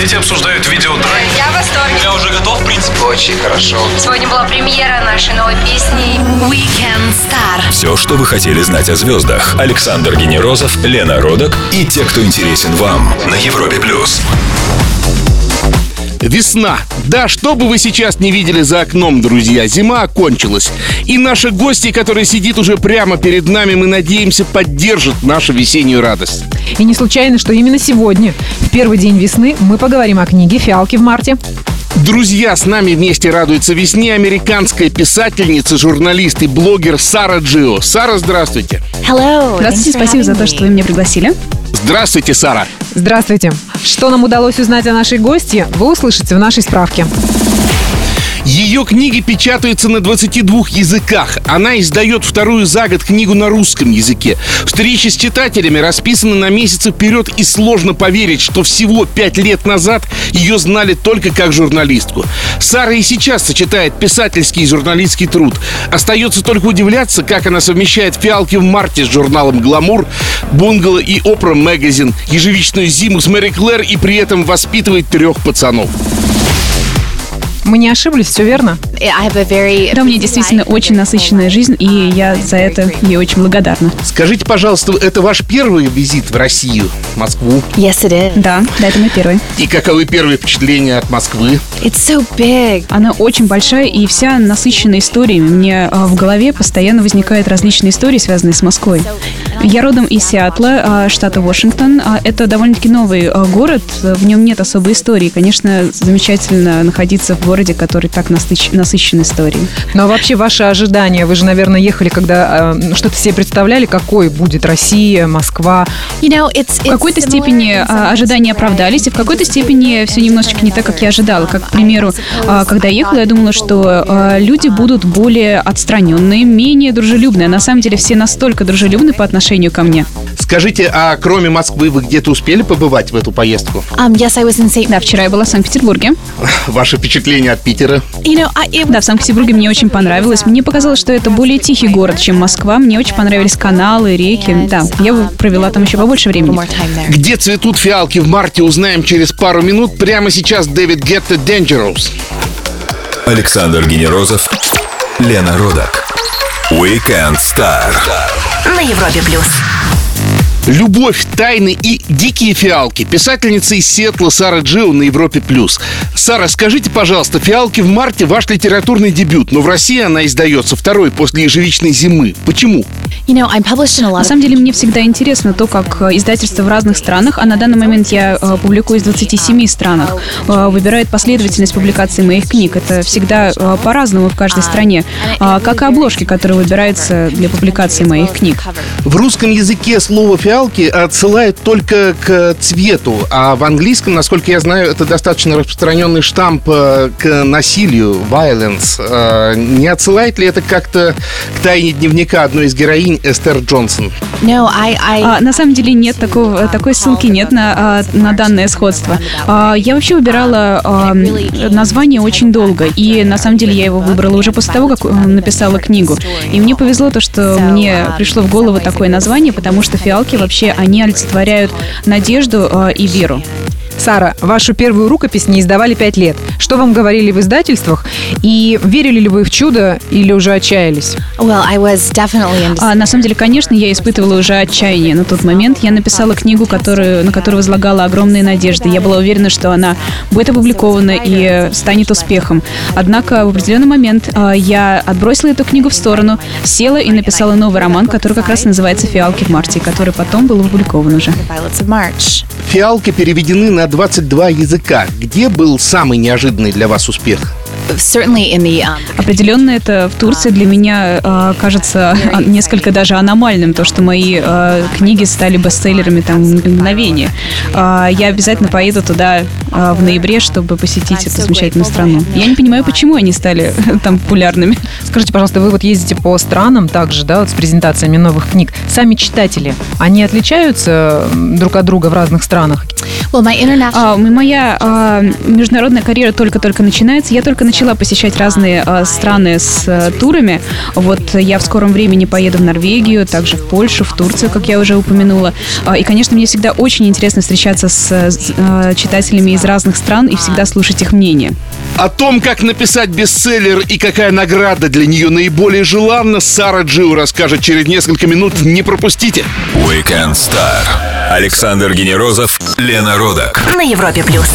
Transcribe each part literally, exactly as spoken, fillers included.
Дети обсуждают видеодрайв. Я в восторге. Я уже готов, в принципе. Очень хорошо. Сегодня была премьера нашей новой песни Weekend Star. Все, что вы хотели знать о звездах. Александр Генерозов, Лена Родок и те, кто интересен вам на Европе плюс. Весна. Да, что бы вы сейчас не видели за окном, друзья, зима окончилась. И наши гости, которые сидит уже прямо перед нами, мы надеемся, поддержат нашу весеннюю радость. И не случайно, что именно сегодня, в первый день весны, мы поговорим о книге «Фиалки в марте». Друзья, с нами вместе радуется весне американская писательница, журналист и блогер Сара Джио. Сара, здравствуйте. Hello. Здравствуйте, спасибо за то, что вы меня пригласили. Здравствуйте, Сара. Здравствуйте. Что нам удалось узнать о нашей гостье, вы услышите в нашей справке. Ее книги печатаются на двадцати двух языках. Она издает вторую за год книгу на русском языке. Встречи с читателями расписаны на месяцы вперед, и сложно поверить, что всего пять лет назад ее знали только как журналистку. Сара и сейчас сочетает писательский и журналистский труд. Остается только удивляться, как она совмещает «Фиалки в марте» с журналом «Гламур», «Бунгало» и «Опра Мэгазин», ежевичную «Зиму» с Мэри Клэр и при этом воспитывает трех пацанов. Мы не ошиблись, все верно? Да, у меня действительно очень насыщенная жизнь, и я за это ей очень благодарна. Скажите, пожалуйста, это ваш первый визит в Россию, в Москву? Yes, it is. Да, да, это мой первый. И каковы первые впечатления от Москвы? It's so big. Она очень большая и вся насыщена историями. Мне в голове постоянно возникают различные истории, связанные с Москвой. Я родом из Сиэтла, штата Вашингтон. Это довольно-таки новый город, в нем нет особой истории. Конечно, замечательно находиться в городе, который так насыщ... насыщен историей. Ну а вообще ваши ожидания? Вы же, наверное, ехали, когда э, что-то себе представляли, какой будет Россия, Москва. You know, it's, it's в какой-то степени э, ожидания оправдались, и в какой-то степени все немножечко не так, как я ожидала. Как, к примеру, э, когда я ехала, я думала, что э, люди будут более отстраненные, менее дружелюбные. На самом деле все настолько дружелюбны по отношению ко мне. Скажите, а кроме Москвы вы где-то успели побывать в эту поездку? Um, yes, I was in Saint... Да, вчера я была в Санкт-Петербурге. Ваши впечатления от Питера? You know, I... Да, в Санкт-Петербурге мне очень понравилось. Мне показалось, что это более тихий город, чем Москва. Мне очень понравились каналы, реки. Да, я провела там еще побольше времени. Где цветут фиалки в марте, узнаем через пару минут. Прямо сейчас Дэвид Гетта «Dangerous». Александр Генерозов, Лена Родок. Weekend Star На Европе плюс. Любовь, тайны и дикие фиалки. Писательница из Сиэтла Сара Джио на Европе плюс. Сара, скажите, пожалуйста, «Фиалки в марте» — ваш литературный дебют, но в России она издается второй после «Ежевичной зимы». Почему? You know, на самом деле, мне всегда интересно то, как издательства в разных странах, а на данный момент я э, публикую в двадцати семи странах, э, выбирают последовательность публикации моих книг. Это всегда э, по-разному в каждой стране. Э, как и обложки, которые выбираются для публикации моих книг. В русском языке слово «фиалки» отсылает только к цвету, а в английском, насколько я знаю, это достаточно распространенный штамп э, к насилию, violence. Э, не отсылает ли это как-то к тайне дневника одной из героинь Эстер Джонсон? No, I, I... А, на самом деле нет такого, такой ссылки нет на, на данное сходство. А, я вообще выбирала а, название очень долго, и на самом деле я его выбрала уже после того, как написала книгу. И мне повезло то, что мне пришло в голову такое название, потому что фиалки вообще, они олицетворяют надежду а, и веру. Сара, вашу первую рукопись не издавали пять лет. Что вам говорили в издательствах? И верили ли вы в чудо или уже отчаялись? Well, I was definitely in... а, на самом деле, конечно, я испытывала уже отчаяние на тот момент. Я написала книгу, которую, на которую возлагала огромные надежды. Я была уверена, что она будет опубликована и станет успехом. Однако в определенный момент а, я отбросила эту книгу в сторону, села и написала новый роман, который как раз называется «Фиалки в марте», который потом был опубликован уже. Фиалки переведены на двадцать два языка. Где был самый неожиданный для вас успех? Определенно это в Турции для меня э, кажется несколько даже аномальным, то, что мои э, книги стали бестселлерами там в мгновение. Э, я обязательно поеду туда э, в ноябре, чтобы посетить эту замечательную страну. Я не понимаю, почему они стали там популярными. Скажите, пожалуйста, вы вот ездите по странам также, да, вот с презентациями новых книг. Сами читатели, они отличаются друг от друга в разных странах? Well, my international... а, моя а, международная карьера только-только начинается. Я только начинаю начала посещать разные э, страны с э, турами. Вот я в скором времени поеду в Норвегию, также в Польшу, в Турцию, как я уже упомянула. Э, и, конечно, мне всегда очень интересно встречаться с э, читателями из разных стран и всегда слушать их мнение. О том, как написать бестселлер и какая награда для нее наиболее желанна, Сара Джио расскажет через несколько минут. Не пропустите. Weekend Star. Александр Генерозов, Лена Родак. На Европе плюс.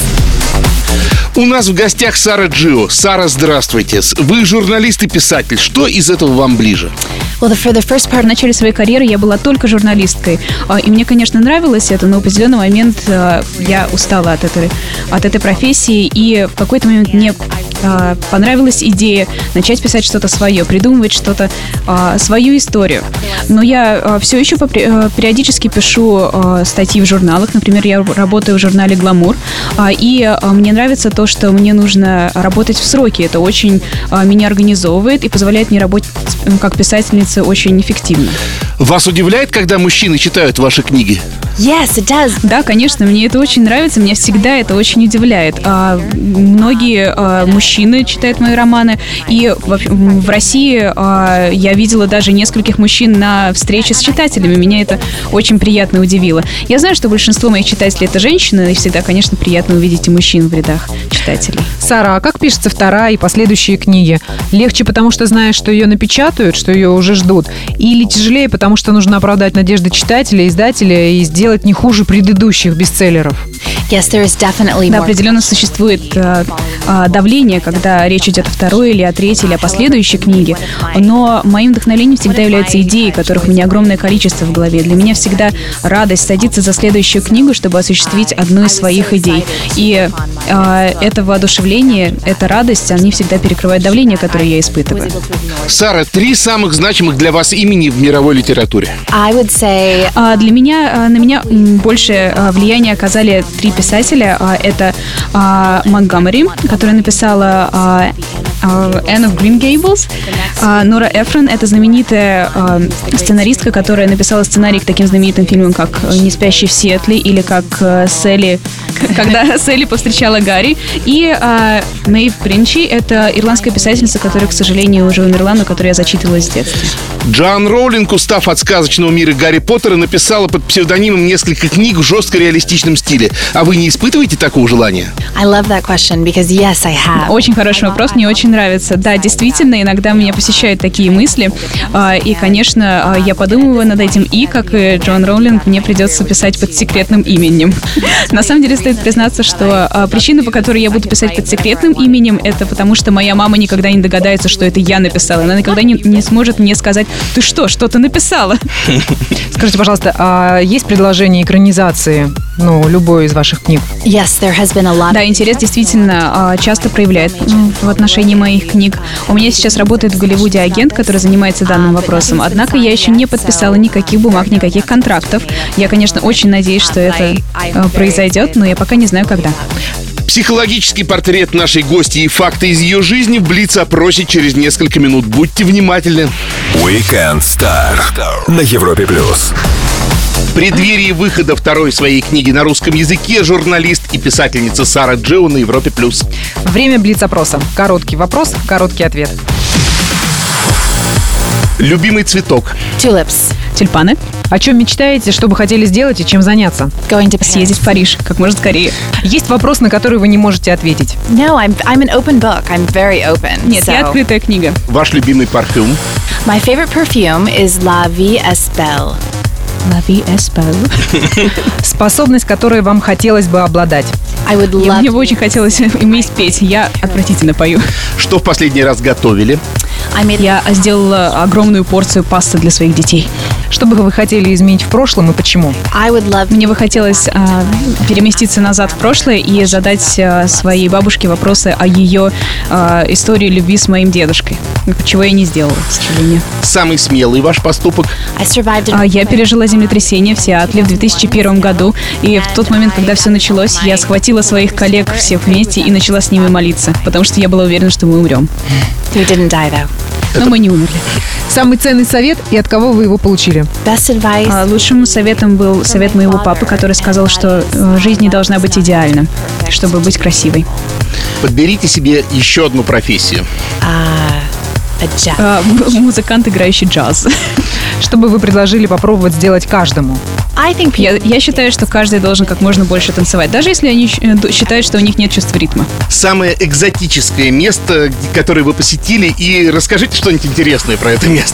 У нас в гостях Сара Джио. Сара, здравствуйте. Вы журналист и писатель. Что из этого вам ближе? Well, for the first part, в начале своей карьеры я была только журналисткой. И мне, конечно, нравилось это, но в определенный момент я устала от этой, от этой профессии. И в какой-то момент мне понравилась идея начать писать что-то свое, придумывать что-то, свою историю. Но я все еще периодически пишу статьи в журналах. Например, я работаю в журнале «Гламур». И мне нравится то, что мне нужно работать в сроки. Это очень меня организовывает и позволяет мне работать как писательница очень эффективно. Вас удивляет, когда мужчины читают ваши книги? Yes, it does. Да, конечно, мне это очень нравится, меня всегда это очень удивляет. А, многие а, мужчины читают мои романы, и в, в России а, я видела даже нескольких мужчин на встрече с читателями. Меня это очень приятно удивило. Я знаю, что большинство моих читателей это женщины, и всегда, конечно, приятно увидеть и мужчин в рядах читателей. Сара, а как пишется вторая и последующие книги? Легче, потому что знаешь, что ее напечатают, что ее уже ждут? Или тяжелее, потому что нужно оправдать надежды читателя, издателя и сделать не хуже предыдущих бестселлеров? Yes, there is definitely more. Да, определенно существует а, а, давление, когда речь идет о второй или о третьей или о последующей книге. Но моим вдохновением всегда являются идеи, которых у меня огромное количество в голове. Для меня всегда радость садиться за следующую книгу, чтобы осуществить одну из своих идей. И а, это воодушевление, эта радость, они всегда перекрывают давление, которое я испытываю. Сара, три самых значимых для вас имени в мировой литературе. I would say... а, для меня, на меня больше влияние оказали три писателя. Это а, Монтгомери, которая написала а, а, Anne of Green Gables. А, Нора Эфрон — это знаменитая а, сценаристка, которая написала сценарий к таким знаменитым фильмам, как «Не спящий в Сиэтле» или как а, «Селли», когда Селли повстречала Гарри. И а, Мэйв Принчи — это ирландская писательница, которая, к сожалению, уже умерла, но которую я зачитывала с детства. Джоан Роулинг, устав от сказочного мира Гарри Поттера, написала под псевдонимом несколько книг в жестко реалистичном стиле. А вы не испытываете такого желания? I love that question because yes, I have. Очень хороший вопрос, мне очень нравится. Да, действительно, иногда меня посещают такие мысли. И, конечно, я подумываю над этим. И, как и Джоан Роулинг, мне придется писать под секретным именем. На самом деле, стоит признаться, что причина, по которой я буду писать под секретным именем, это потому, что моя мама никогда не догадается, что это я написала. Она никогда не, не сможет мне сказать: ты что, что ты написала? Скажите, пожалуйста, а есть предложение экранизации, ну, любой из ваших книг? Yes, there has been a lot. Да, интерес действительно часто проявляет в отношении моих книг. У меня сейчас работает в Голливуде агент, который занимается данным вопросом. Однако я еще не подписала никаких бумаг, никаких контрактов. Я, конечно, очень надеюсь, что это произойдет, но я пока не знаю, когда. Психологический портрет нашей гости и факты из ее жизни в Блиц-опросе через несколько минут. Будьте внимательны. Weekend Star на Европе плюс. В преддверии выхода второй своей книги на русском языке журналист и писательница Сара Джио на Европе плюс. Время Блиц-опроса. Короткий вопрос, короткий ответ. Любимый цветок? Tulips. Тюльпаны. О чем мечтаете, что бы хотели сделать и чем заняться? Съездить в Париж как можно скорее. Есть вопрос, на который вы не можете ответить? No, I'm, I'm an open book. I'm very open. Нет, so... я открытая книга. Ваш любимый парфюм? My favorite perfume is La Vie est Belle. La Vie est Belle. Способность, которой вам хотелось бы обладать? I would love... Мне бы очень хотелось уметь петь. Я отвратительно пою. Что в последний раз готовили? Я сделала огромную порцию пасты для своих детей. Что бы вы хотели изменить в прошлом и почему? Мне бы хотелось а, переместиться назад в прошлое и задать а, своей бабушке вопросы о ее а, истории любви с моим дедушкой, чего я не сделала, к сожалению. Самый смелый ваш поступок? А, я пережила землетрясение в Сиэтле в две тысячи первом году, и в тот момент, когда все началось, я схватила своих коллег всех вместе и начала с ними молиться, потому что я была уверена, что мы умрем. You didn't die, though. Но мы не умерли. Самый ценный совет и от кого вы его получили? Best advice. А, лучшим советом был совет моего папы, который сказал, что жизнь не должна быть идеальна, чтобы быть красивой. Подберите себе еще одну профессию. А, м- музыкант, играющий джаз. Что бы вы предложили попробовать сделать каждому? Я, я считаю, что каждый должен как можно больше танцевать, даже если они щ- считают, что у них нет чувства ритма. Самое экзотическое место, которое вы посетили, и расскажите что-нибудь интересное про это место.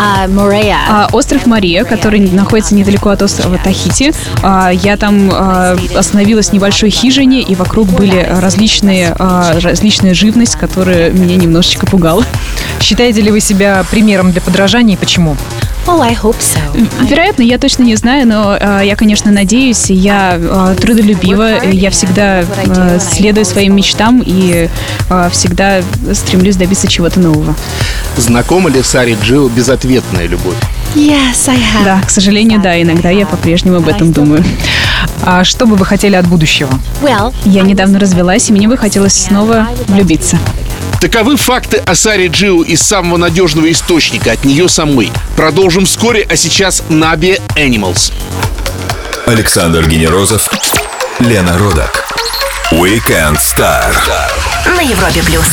А, остров Мария, который находится недалеко от острова Тахити. А, я там а, остановилась в небольшой хижине, и вокруг были различные, а, различная живность, которая меня немножечко пугала. Считаете ли вы себя примером для подражания и почему? Вероятно, я точно не знаю, но а, я, конечно, надеюсь. Я а, трудолюбива, я всегда а, следую своим мечтам и а, всегда стремлюсь добиться чего-то нового. Знакома ли Саре Джио безответная любовь? Да, к сожалению, да, иногда я по-прежнему об этом думаю. А что бы вы хотели от будущего? Я недавно развелась, и мне бы хотелось снова влюбиться. Таковы факты о Саре Джио из самого надежного источника, от нее самой. Продолжим вскоре, а сейчас Nabi Animals. Александр Генерозов, Лена Родак. Weekend Star. На Европе плюс.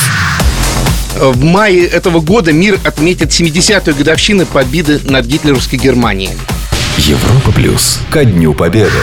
В мае этого года мир отметит семидесятую годовщину победы над гитлеровской Германией. Европа плюс. Ко Дню Победы.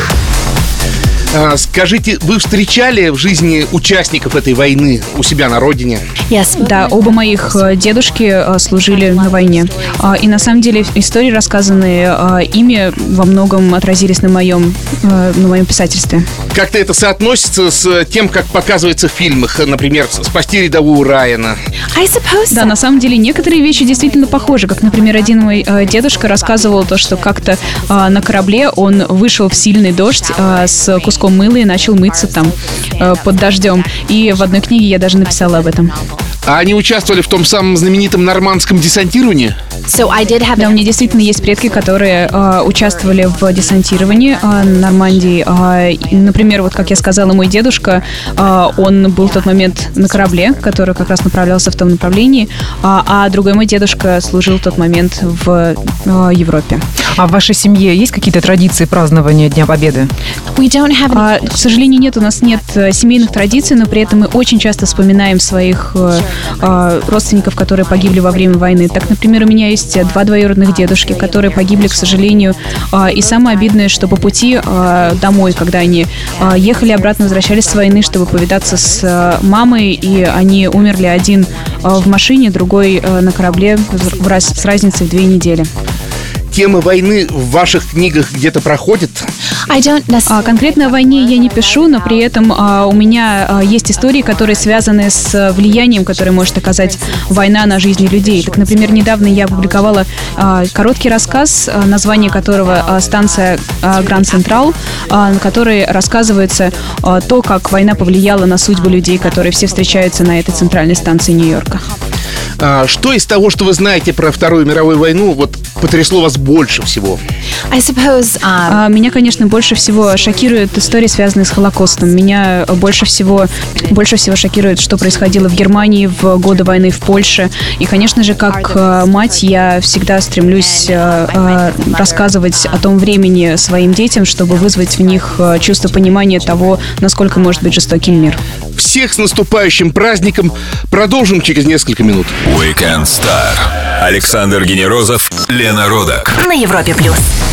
А, скажите, вы встречали в жизни участников этой войны у себя на родине? Да, оба моих э, дедушки э, служили на войне. А, И на самом деле истории, рассказанные э, ими, во многом отразились на моем, э, на моем писательстве. Как-то это соотносится с тем, как показывается в фильмах, например, «Спасти рядового Райана». Да, на самом деле некоторые вещи действительно похожи. Как, например, один мой э, дедушка рассказывал то, что как-то э, на корабле он вышел в сильный дождь э, с куском мыла и начал мыться там э, под дождем. И в одной книге я даже написала об этом. А они участвовали в том самом знаменитом нормандском десантировании? Да, у меня действительно есть предки, которые э, участвовали в десантировании э, Нормандии. Э, и, например, вот как я сказала, мой дедушка, э, он был в тот момент на корабле, который как раз направлялся в том направлении, э, а другой мой дедушка служил в тот момент в э, Европе. А в вашей семье есть какие-то традиции празднования Дня Победы? А, к сожалению, нет, у нас нет э, семейных традиций, но при этом мы очень часто вспоминаем своих э, э, родственников, которые погибли во время войны. Так, например, у меня есть два двоюродных дедушки, которые погибли, к сожалению. Э, и самое обидное, что по пути э, домой, когда они э, ехали обратно, возвращались с войны, чтобы повидаться с э, мамой, и они умерли один э, в машине, другой э, на корабле в раз, с разницей в две недели. Тема войны в ваших книгах где-то проходит? А, конкретно о войне я не пишу, но при этом а, у меня а, есть истории, которые связаны с влиянием, которое может оказать война на жизни людей. Так, например, недавно я опубликовала а, короткий рассказ, а, название которого а, «Станция а, Гранд Централ», а, на которой рассказывается а, то, как война повлияла на судьбы людей, которые все встречаются на этой центральной станции Нью-Йорка. А, что из того, что вы знаете про Вторую мировую войну, вот потрясло вас больше всего? А, меня, конечно, больше всего шокирует история, связанная с Холокостом. Меня больше всего, больше всего шокирует, что происходило в Германии в годы войны в Польше. И, конечно же, как э, мать, я всегда стремлюсь э, э, рассказывать о том времени своим детям, чтобы вызвать в них э, чувство понимания того, насколько может быть жестоким мир. Всех с наступающим праздником. Продолжим через несколько минут. Weekend Star. Александр Генерозов, Лена Родак. На Европе плюс.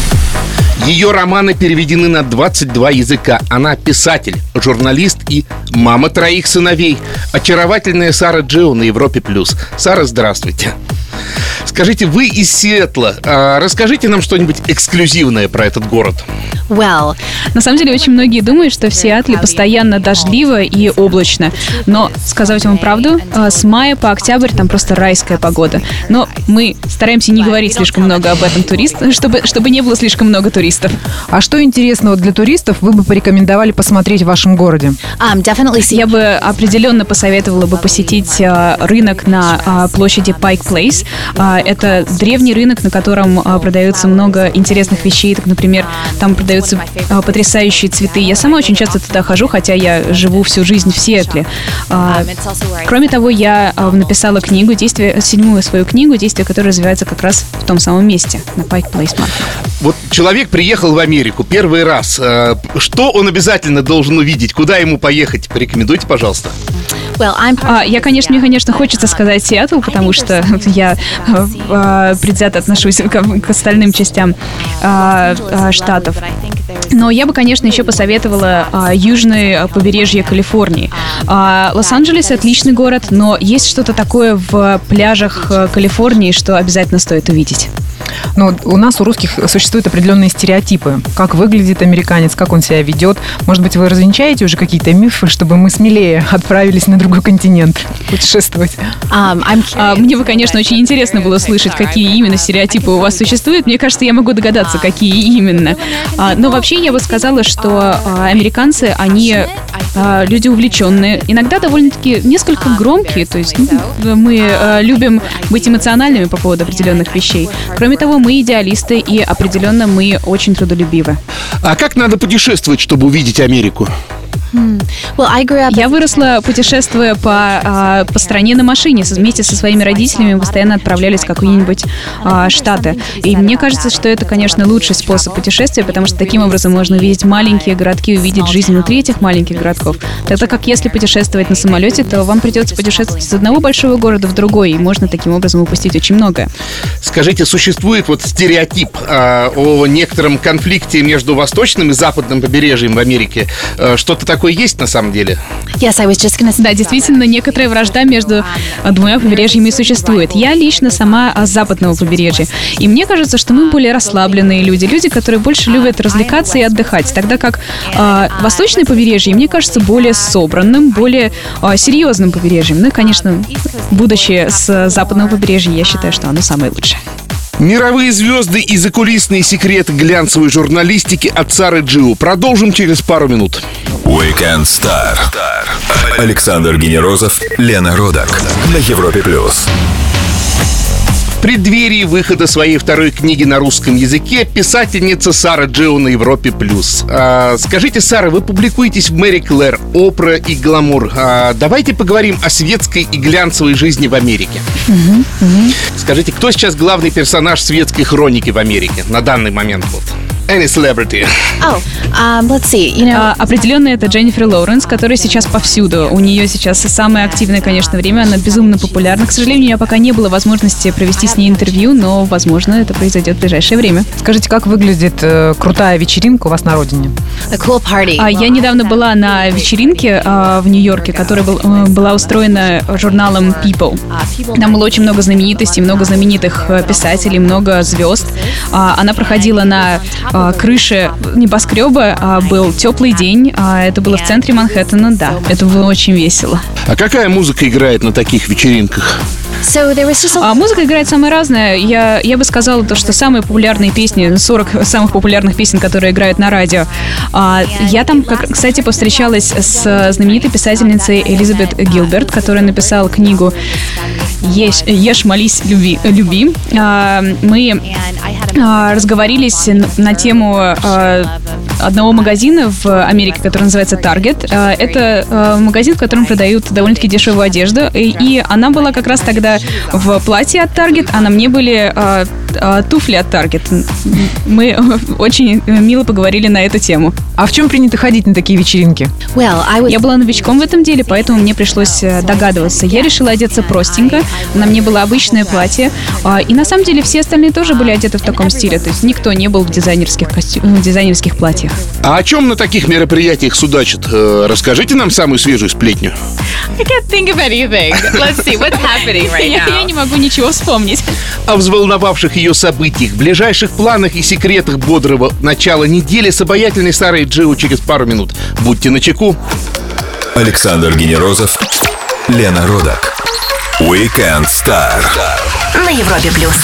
Ее романы переведены на двадцать два языка. Она писатель, журналист и мама троих сыновей. Очаровательная Сара Джио на Европе плюс. Сара, здравствуйте. Скажите, вы из Сиэтла. А расскажите нам что-нибудь эксклюзивное про этот город. Well, на самом деле, очень многие думают, что в Сиэтле постоянно дождливо и облачно. Но, сказать вам правду, с мая по октябрь там просто райская погода. Но мы стараемся не говорить слишком много об этом туристам, чтобы, чтобы не было слишком много туристов. А что интересного для туристов вы бы порекомендовали посмотреть в вашем городе? Я бы определенно посоветовала бы посетить а, рынок на а, площади Пайк Плейс. А, это древний рынок, на котором а, продается много интересных вещей. Так, например, там продаются а, потрясающие цветы. Я сама очень часто туда хожу, хотя я живу всю жизнь в Сиэтле. А, кроме того, я а, написала книгу, действие, седьмую свою книгу, действие, которое развивается как раз в том самом месте, на Пайк Плейс Маркет. Вот человек приехал в Америку первый раз. Что он обязательно должен увидеть? Куда ему поехать? Порекомендуйте, пожалуйста. А, я, конечно, мне, конечно, хочется сказать Сиэтл, потому что я а, предвзято отношусь к, к остальным частям а, а, штатов. Но я бы, конечно, еще посоветовала а, южное побережье Калифорнии. А, Лос-Анджелес — отличный город, но есть что-то такое в пляжах Калифорнии, что обязательно стоит увидеть. Но у нас, у русских, существуют определенные стереотипы. Как выглядит американец, как он себя ведет. Может быть, вы развенчаете уже какие-то мифы, чтобы мы смелее отправились на другой континент путешествовать? Um, а, мне бы, конечно, очень интересно было слышать, какие именно стереотипы у вас существуют. Мне кажется, я могу догадаться, какие именно. А, но вообще я бы сказала, что а, американцы, они а, люди увлеченные, иногда довольно-таки несколько громкие. То есть ну, мы а, любим быть эмоциональными по поводу определенных вещей. Кроме того, мы идеалисты, и определенно мы очень трудолюбивы. А как надо путешествовать, чтобы увидеть Америку? Я выросла, путешествуя по, по стране на машине. Вместе со своими родителями мы постоянно отправлялись в какие-нибудь а, штаты. И мне кажется, что это, конечно, лучший способ путешествия, потому что таким образом можно увидеть маленькие городки, увидеть жизнь внутри этих маленьких городков. Тогда как если путешествовать на самолете, то вам придется путешествовать из одного большого города в другой, и можно таким образом упустить очень многое. Скажите, существует вот стереотип э, о некотором конфликте между восточным и западным побережьем в Америке? Э, что-то такое есть на самом деле? Yes, I was just gonna... Да, действительно, некоторая вражда между двумя побережьями существует. Я лично сама с западного побережья. И мне кажется, что мы более расслабленные люди. Люди, которые больше любят развлекаться и отдыхать. Тогда как э, восточное побережье, мне кажется, более собранным, более э, серьезным побережьем. Ну и, конечно, будущее с западного побережья, я считаю, что оно самое лучшее. Мировые звезды и закулисные секреты глянцевой журналистики от Сары Джио. Продолжим через пару минут. Weekend Star. Александр Генерозов, Лена Родак на Европе плюс. В преддверии выхода своей второй книги на русском языке писательница Сара Джио на Европе плюс. А, скажите, Сара, вы публикуетесь в Мэри Клэр, Опра и Гламур. А, давайте поговорим о светской и глянцевой жизни в Америке. Uh-huh, uh-huh. Скажите, кто сейчас главный персонаж светской хроники в Америке на данный момент? Вот. Any celebrity. Oh, um, let's see. You know... а, определенно это Дженнифер Лоуренс, которая сейчас повсюду. У нее сейчас самое активное, конечно, время. Она безумно популярна. К сожалению, у меня пока не было возможности провести с ней интервью, но, возможно, это произойдет в ближайшее время. Скажите, как выглядит э, крутая вечеринка у вас на родине? Cool party. А, я недавно была на вечеринке э, в Нью-Йорке, которая был, э, была устроена журналом People. Там было очень много знаменитостей, много знаменитых писателей, много звезд. А, она проходила на крыше небоскреба, был теплый день, это было в центре Манхэттена, да, это было очень весело. А какая музыка играет на таких вечеринках? А музыка играет самая разная. Я, я бы сказала то, что самые популярные песни, сорок самых популярных песен, которые играют на радио. А, я там, как, кстати, повстречалась с знаменитой писательницей Элизабет Гилберт, которая написала книгу «Ешь, ешь молись, люби». люби. А, мы а, разговорились на тему а, одного магазина в Америке, который называется Target. А, это а, магазин, в котором продают довольно-таки дешевую одежду. И, и она была как раз тогда в платье от Target, а на мне были а, а, туфли от Target. Мы очень мило поговорили на эту тему. А в чем принято ходить на такие вечеринки? Well, was... Я была новичком в этом деле, поэтому мне пришлось догадываться. Я решила одеться простенько. На мне было обычное платье. А, и на самом деле все остальные тоже были одеты в таком стиле. То есть никто не был в дизайнерских, костю... в дизайнерских платьях. А о чем на таких мероприятиях судачат? Расскажите нам самую свежую сплетню. I can't think of anything. Let's see, what's happening right now? Я, я не могу ничего вспомнить. О взволновавших ее событиях, ближайших планах и секретах бодрого начала недели с обаятельной Сарой Джио через пару минут. Будьте начеку. Александр Генерозов, Лена Родак. Weekend Star на Европе плюс.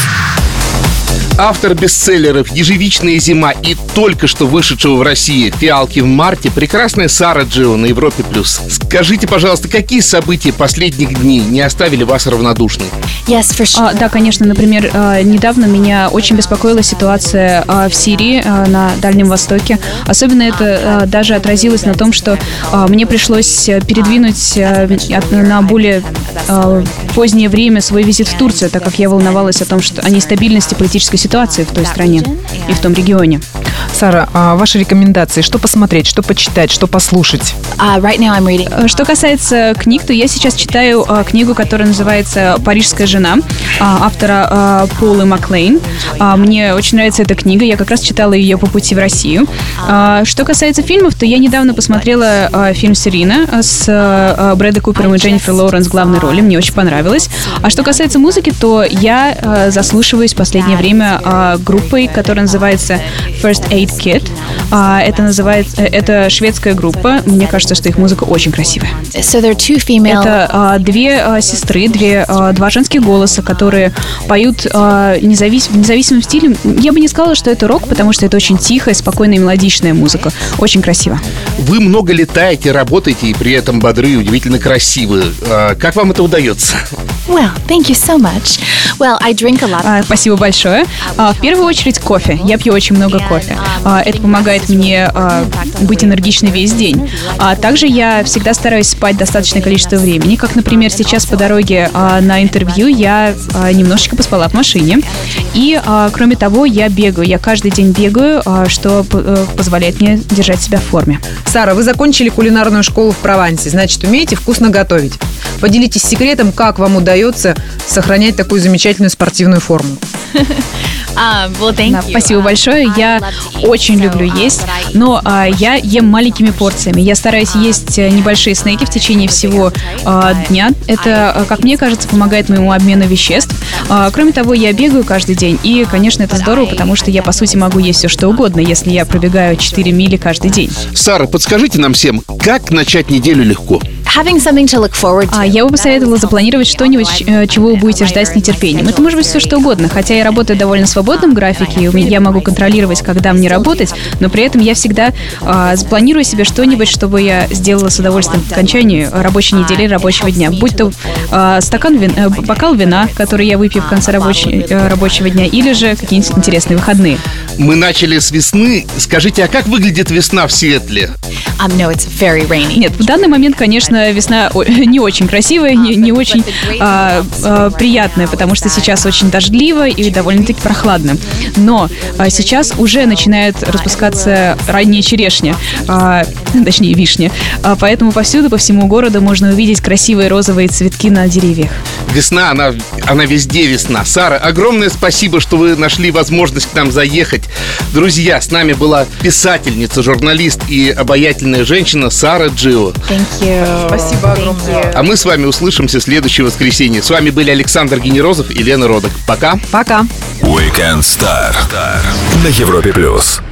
Автор бестселлеров «Ежевичная зима» и только что вышедшего в России «Фиалки в марте» прекрасная Сара Джио на Европе плюс. Скажите, пожалуйста, какие события последних дней не оставили вас равнодушной? Yes, for sure. а, да, конечно. Например, а, недавно меня очень беспокоила ситуация а, в Сирии, а, на Дальнем Востоке. Особенно это а, даже отразилось на том, что а, мне пришлось передвинуть а, на более а, позднее время свой визит в Турцию, так как я волновалась о том, что о нестабильности политической ситуации в той стране и в том регионе. Сара, а ваши рекомендации? Что посмотреть, что почитать, что послушать? Uh, right now I'm reading. Что касается книг, то я сейчас читаю а, книгу, которая называется «Парижская жена» а, автора а, Полы Маклейн. А, мне очень нравится эта книга, я как раз читала ее по пути в Россию. А, что касается фильмов, то я недавно посмотрела а, фильм «Сирена» с а, Брэдом Купером и Дженнифер Лоуренс в главной роли, мне очень понравилось. А что касается музыки, то я а, заслушиваюсь в последнее время а, группой, которая называется First Aid Kit. А, это называется, это шведская группа, мне кажется, что их музыка очень красивая. So there are two female. Это а, две а, сестры, две, а, два женских голоса, которые поют а, независ... в независимом стиле. Я бы не сказала, что это рок, потому что это очень тихая, спокойная, мелодичная музыка. Очень красиво. Вы много летаете, работаете и при этом бодры, удивительно красивы. А, как вам это удается? Well, thank you so much. Well, I drink a lot. А, спасибо большое. А, в первую очередь кофе. Я пью очень много кофе. А, это помогает мне а, быть энергичной весь день. А также я всегда стараюсь спать достаточное количество времени. Как, например, сейчас по дороге а, на интервью я а, немножечко поспала в машине. И, а, кроме того, я бегаю. Я каждый день бегаю, а, что п- позволяет мне держать себя в форме. Сара, вы закончили кулинарную школу в Провансе, значит, умеете вкусно готовить. Поделитесь секретом, как вам удается сохранять такую замечательную спортивную форму. Um, well, thank Да, you. спасибо большое. Я очень люблю есть, но а, я ем маленькими порциями. Я стараюсь есть небольшие снеки в течение всего а, дня. Это, а, как мне кажется, помогает моему обмену веществ. А, кроме того, я бегаю каждый день. И, конечно, это здорово, потому что я, по сути, могу есть все, что угодно, если я пробегаю четыре мили каждый день. Сара, подскажите нам всем, как начать неделю легко? Having something to look forward to. А, я бы посоветовала запланировать что-нибудь, э, чего вы будете ждать с нетерпением. Это может быть все что угодно. Хотя я работаю в довольно свободном графике, и у меня- я могу контролировать, когда мне работать, но при этом я всегда а, запланирую себе что-нибудь, чтобы я сделала с удовольствием к окончанию рабочей недели, рабочего дня. Будь то а, стакан вин, э, бокал вина, который я выпью в конце рабочей, э, рабочего дня, или же какие-нибудь интересные выходные. Мы начали с весны. Скажите, а как выглядит весна в Сиэтле? Um, no, it's very rainy. Нет, в данный момент, конечно, весна о- не очень красивая, не, не очень а, а, приятная, потому что сейчас очень дождливо и довольно-таки прохладно. Но а, сейчас уже начинает распускаться ранняя черешня, а, точнее вишня. А, поэтому повсюду, по всему городу можно увидеть красивые розовые цветки на деревьях. Весна, она, она везде весна. Сара, огромное спасибо, что вы нашли возможность к нам заехать. Друзья, с нами была писательница, журналист и обаятельная женщина Сара Джио. Thank you. Спасибо огромное. А мы с вами услышимся в следующее воскресенье. С вами были Александр Генерозов и Лена Родок. Пока. Пока. Weekend Star на Европе плюс.